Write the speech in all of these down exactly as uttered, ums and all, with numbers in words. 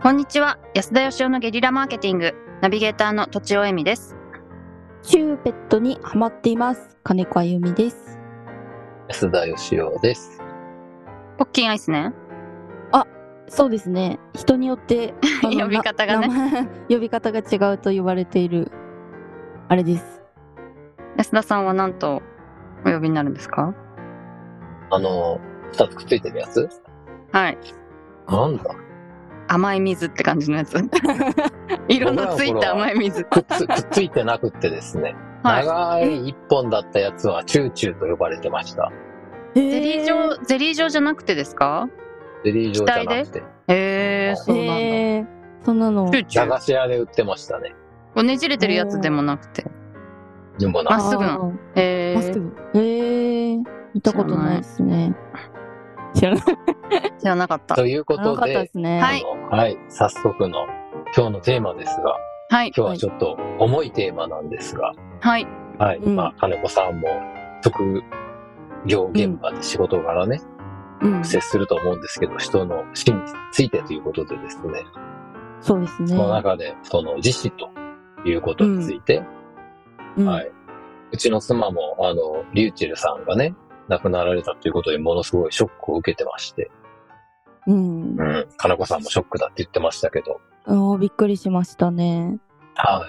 こんにちは、安田義雄のゲリラマーケティングナビゲーターのとちおえみです。 チューペットにハマっています金子あゆみです。 安田義雄です。 ポッキンアイスね。 あ、そうですね。人によって呼び方がね呼び方が違うと言われているあれです。 安田さんは何とお呼びになるんですか？ あの二つくっついてるやつ。 はい。 なんだ。 甘い水って感じのやつ。色のついた甘い水。 くっつくっついてなくってですね。はい、長い一本だったやつはチューチューと呼ばれてました。 ゼリー状ゼリー状じゃなくてですか？ ゼリー状じゃなくて。 へえー、そうなんだ。 えー、そんなの駄菓子屋で売ってましたね。 こうねじれてるやつでもなくて。 でもな。 まっすぐの。へえー。 まっすぐ。へえー、見たことないですね。知らない。 知らなかった。 ということで、 でね、 はい、 はい、早速の今日のテーマですが、 はい、 今日はちょっと重いテーマなんですが、 はい、 はい、 うん、 まあ金子さんも職業現場で仕事柄ね、 うん、 接すると思うんですけど、人の死についてということでですね、 そうですね。 その中でその自死ということについて、 うん、 はい、うちの妻もあのリューチェルさんがね亡くなられたということにものすごいショックを受けてまして。 うん、 うん、金子さんもショックだって言ってましたけど。 ああ、びっくりしましたね。 はい。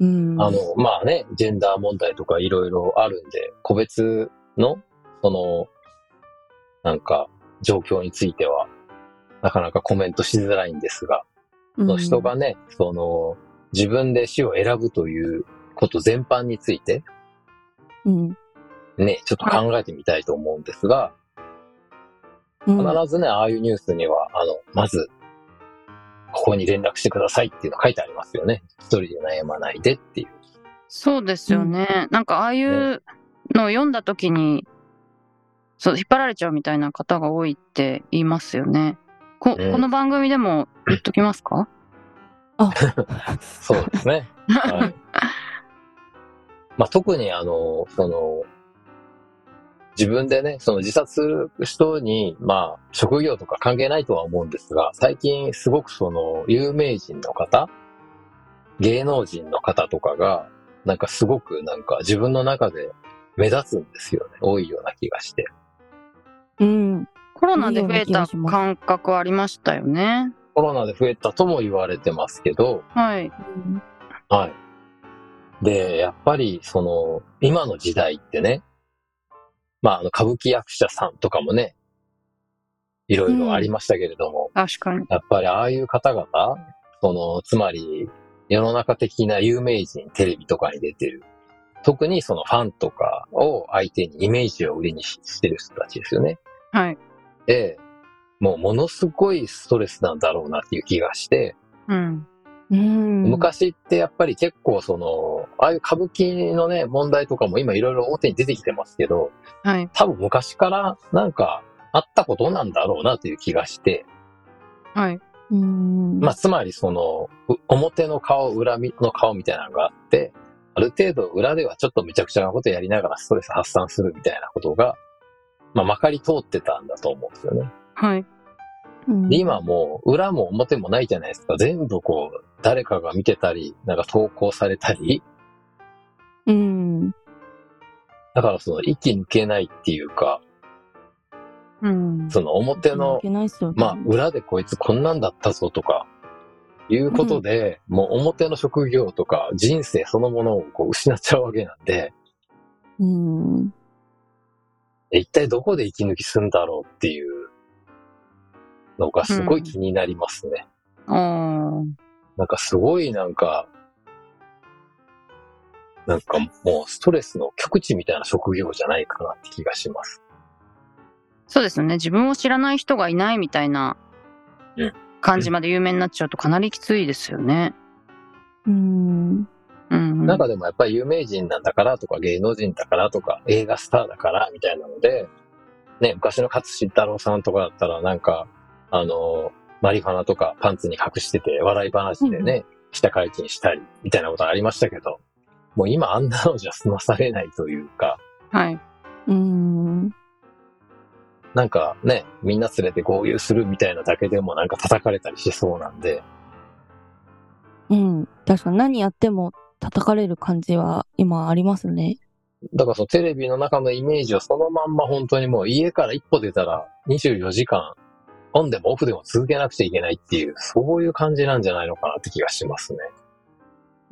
うん。 あの、まあね、ジェンダー問題とかいろいろあるんで、個別の、その、なんか、状況については、なかなかコメントしづらいんですが、 うん、 その人がね、その、自分で死を選ぶということ全般について、 うん、 ね、ちょっと考えてみたいと思うんですが、必ずね、ああいうニュースには、あの、まず、ここに連絡してくださいっていうの書いてありますよね。一人で悩まないでっていう。 そうですよね。うん、なんかああいうのを読んだ時に、そう、引っ張られちゃうみたいな方が多いって言いますよね。こ、うん、この番組でも言っときますか？ あそうですね。はい。まあ、特にあの、その、自分でね、その自殺する人に、まあ、職業とか関係ないとは思うんですが、最近すごくその、有名人の方、芸能人の方とかが、なんかすごくなんか自分の中で目立つんですよね。多いような気がして。 うん。 コロナで増えた感覚はありましたよね。 コロナで増えたとも言われてますけど、 はい。 はい。で、やっぱりその、今の時代ってね、まあ、あの、歌舞伎役者さんとかもね、いろいろありましたけれども、 うん、確かに。 やっぱりああいう方々、その、つまり、世の中的な有名人、テレビとかに出てる、特にそのファンとかを相手にイメージを売りにしてる人たちですよね。 はい。 で、もうものすごいストレスなんだろうなっていう気がして、 うん。 うん、 昔ってやっぱり結構その、ああいう歌舞伎のね、問題とかも今いろいろ表に出てきてますけど、 はい。 多分昔からなんかあったことなんだろうなという気がして、 はい。 うん、 まあつまりその、表の顔、裏の顔みたいなのがあって、ある程度裏ではちょっとめちゃくちゃなことやりながらストレス発散するみたいなことが、まあまかり通ってたんだと思うんですよね。 はい。 で、今もう裏も表もないじゃないですか。全部こう、誰かが見てたり、なんか投稿されたり。 うん。 だからその息抜けないっていうか、 うん、 その表の、 ね、 まあ裏でこいつこんなんだったぞとか、いうことで、うん、もう表の職業とか人生そのものをこう失っちゃうわけなんで、 うん、 一体どこで息抜きするんだろうっていうのがすごい気になりますね。 うん、 なんかすごいなんか、なんかもうストレスの極致みたいな職業じゃないかなって気がします。 そうですよね。自分を知らない人がいないみたいな感じまで有名になっちゃうとかなりきついですよね。 うん。 うん、 なんかでもやっぱり有名人なんだからとか芸能人だからとか映画スターだからみたいなので、ね、昔の勝新太郎さんとかだったらなんか、あの、マリファナとかパンツに隠してて笑い話でね、下解禁したりみたいなことありましたけど、もう今あんなのじゃ済まされないというか、 はい。 うん。 なんかね、みんな連れて合流するみたいなだけでもなんか叩かれたりしそうなんで。 うん。確かに何やっても叩かれる感じは今ありますね。 だからそのテレビの中のイメージをそのまんま本当にもう家から一歩出たらにじゅうよじかんオンでもオフでも続けなくちゃいけないっていう、そういう感じなんじゃないのかなって気がしますね。 うん。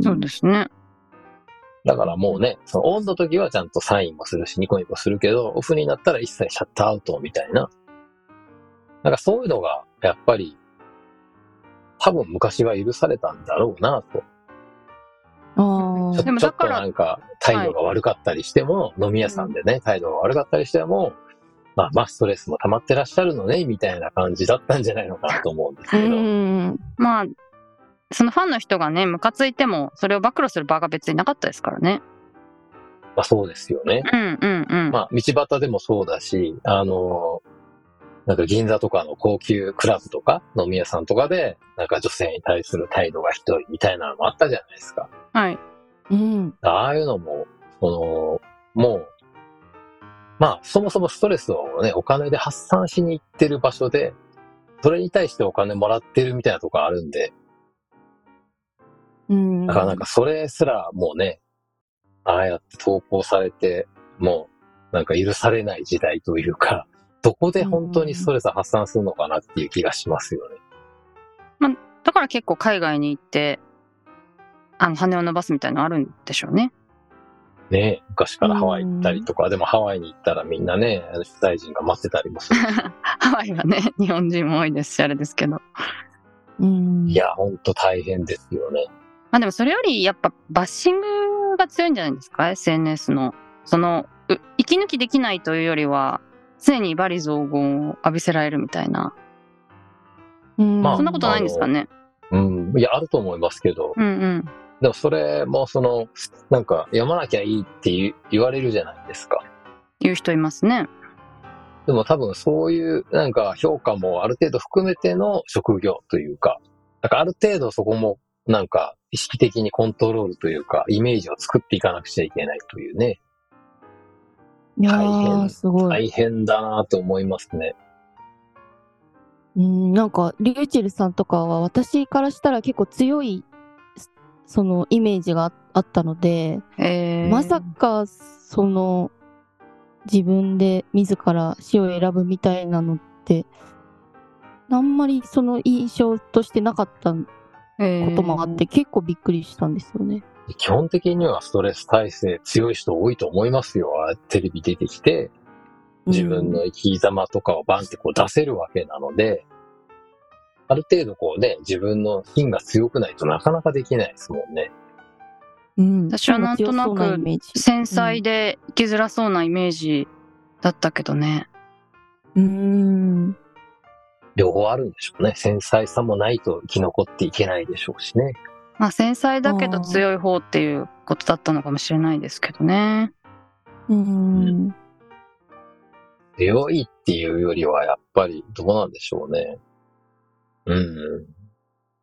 そうですね。 だからもうね、そのオンの時はちゃんとサインもするし、ニコニコするけど、オフになったら一切シャットアウトみたいな。なんかそういうのが、やっぱり、多分昔は許されたんだろうなと。 ああ。 ちょちょっとなんか態度が悪かったりしても、はい、飲み屋さんでね、態度が悪かったりしても、まあまあストレスも溜まってらっしゃるのね、みたいな感じだったんじゃないのかなと思うんですけど。 うんまあ、そのファンの人がね、ムカついても、それを暴露する場が別になかったですからね。 まあそうですよね。 うんうんうん。 まあ道端でもそうだし、あの、なんか銀座とかの高級クラブとか飲み屋さんとかで、なんか女性に対する態度がひどいみたいなのもあったじゃないですか。 はい。 うん。 ああいうのも、その、もう、まあそもそもストレスをね、お金で発散しに行ってる場所で、それに対してお金もらってるみたいなとこあるんで、 うん。 だからなんかそれすらもうね、ああやって投稿されて、もうなんか許されない時代というか、どこで本当にストレス発散するのかなっていう気がしますよね。 まあ、だから結構海外に行って、あの、羽を伸ばすみたいなのあるんでしょうね。 ねえ、昔からハワイ行ったりとか、でもハワイに行ったらみんなね、取材陣が待ってたりもする。 ハワイはね、日本人も多いですし、あれですけど。 うん。 いや、ほんと大変ですよね。 まあでもそれよりやっぱバッシングが強いんじゃないですか ?エスエヌエス の。その、息抜きできないというよりは、常に罵詈雑言を浴びせられるみたいな。 うん、 まあ、そんなことないんですかね。 うん。いや、あると思いますけど。 うんうん。 でもそれもその、なんか読まなきゃいいって言, 言われるじゃないですか。 言う人いますね。 でも多分そういうなんか評価もある程度含めての職業というか、なんかある程度そこもなんか意識的にコントロールというか、イメージを作っていかなくちゃいけないというね。 いや大変、 すごい。 大変だなと思いますね。 うん、なんかリューチェルさんとかは私からしたら結構強いそのイメージがあったので、 えー、 まさかその自分で自ら死を選ぶみたいなのってあんまりその印象としてなかったこともあって、えー、結構びっくりしたんですよね。 基本的にはストレス耐性強い人多いと思いますよ。テレビ出てきて自分の生き様とかをバンってこう出せるわけなので、ある程度こうね、自分の品が強くないとなかなかできないですもんね。 うん、 私はなんとなく繊細で生きづらそうなイメージだったけどね。 うーん。 両方あるんでしょうね。繊細さもないと生き残っていけないでしょうしね。 まあ繊細だけど強い方っていうことだったのかもしれないですけどね。 うーん。 強いっていうよりはやっぱりどうなんでしょうね。うん。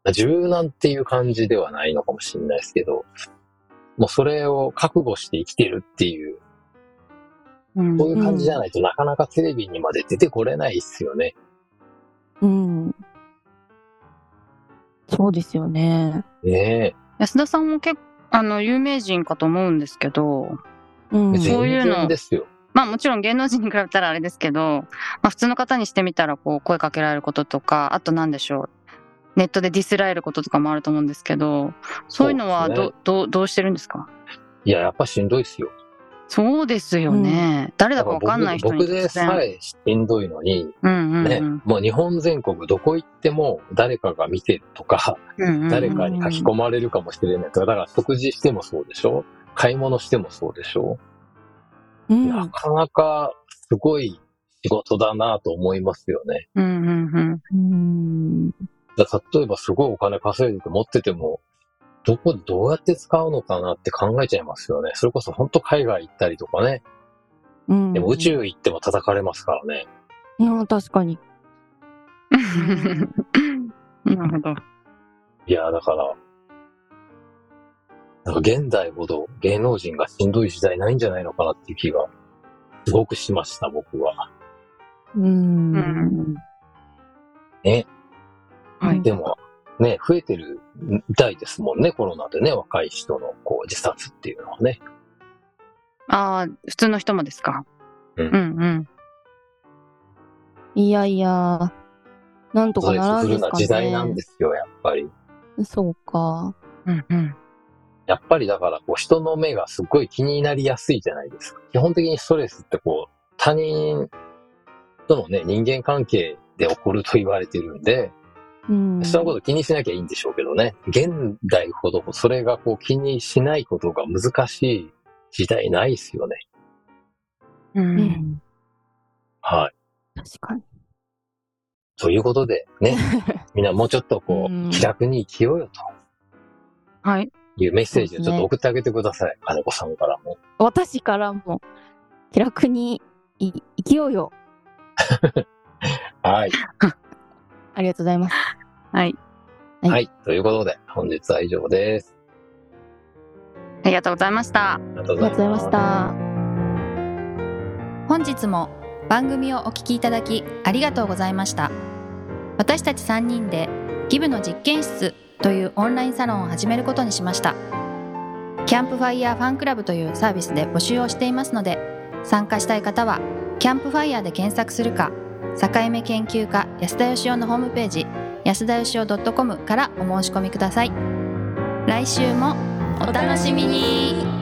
柔軟っていう感じではないのかもしれないですけど、もうそれを覚悟して生きてるっていう、うん、そういう感じじゃないとなかなかテレビにまで出てこれないっすよね。 うん。そうですよね。 ねえ。 安田さんも結構、あの、有名人かと思うんですけど、 うん、そういうの。ですよ。 まあもちろん芸能人に比べたらあれですけど、まあ普通の方にしてみたらこう声かけられることとか、あと何でしょう。ネットでディスられることとかもあると思うんですけど、そういうのはど、ね、どう、どうしてるんですか？ いや、やっぱしんどいっすよ。 そうですよね。うん、誰だかわかんない人に僕でさえしんどいのに、 うんうんうん、 ね、もう日本全国どこ行っても誰かが見てるとか、うんうんうん、誰かに書き込まれるかもしれないとか、だから食事してもそうでしょ？買い物してもそうでしょ？うん、なかなかすごい仕事だなと思いますよね。 うんうんうん、 例えばすごいお金稼いでて持ってても、どこでどうやって使うのかなって考えちゃいますよね。それこそ本当海外行ったりとかね。うん、でも宇宙行っても叩かれますからね。 うん、確かに。 なるほど。 いや、だから、なんか現代ほど芸能人がしんどい時代ないんじゃないのかなっていう気がすごくしました、僕は。 うん。 ね。 はい。 でも、ね、増えてるみたいですもんね、コロナでね、若い人のこう自殺っていうのはね。 ああ、普通の人もですか。 うん、 うんうんいやいや、なんとかならんフルなですかね。 時代なんですよ、やっぱり。 そうか。 うんうんやっぱりだからこう人の目がすごい気になりやすいじゃないですか。基本的にストレスってこう他人とのね、人間関係で起こると言われてるんで、 うん。 そういうこと気にしなきゃいいんでしょうけどね。現代ほどそれがこう気にしないことが難しい時代ないですよね。 うん。 うん。 はい。 確かに。 ということでね、みんなもうちょっとこう、 うん気楽に生きようよと。 はい。 いうメッセージをちょっと送ってあげてください。金子さんからも。 私からも気楽にい生きようよ。 はい。 ありがとうございます。 はい。 はい。はい。ということで、本日は以上です。 ありがとうございました。 ありがとうございました。 本日も番組をお聞きいただきありがとうございました。私たちさんにんでギブの実験室というオンラインサロンを始めることにしました。キャンプファイヤーファンクラブというサービスで募集をしていますので、参加したい方はキャンプファイヤーで検索するか、境目研究家安田義雄のホームページ安田義雄 .com からお申し込みください。来週もお楽しみに。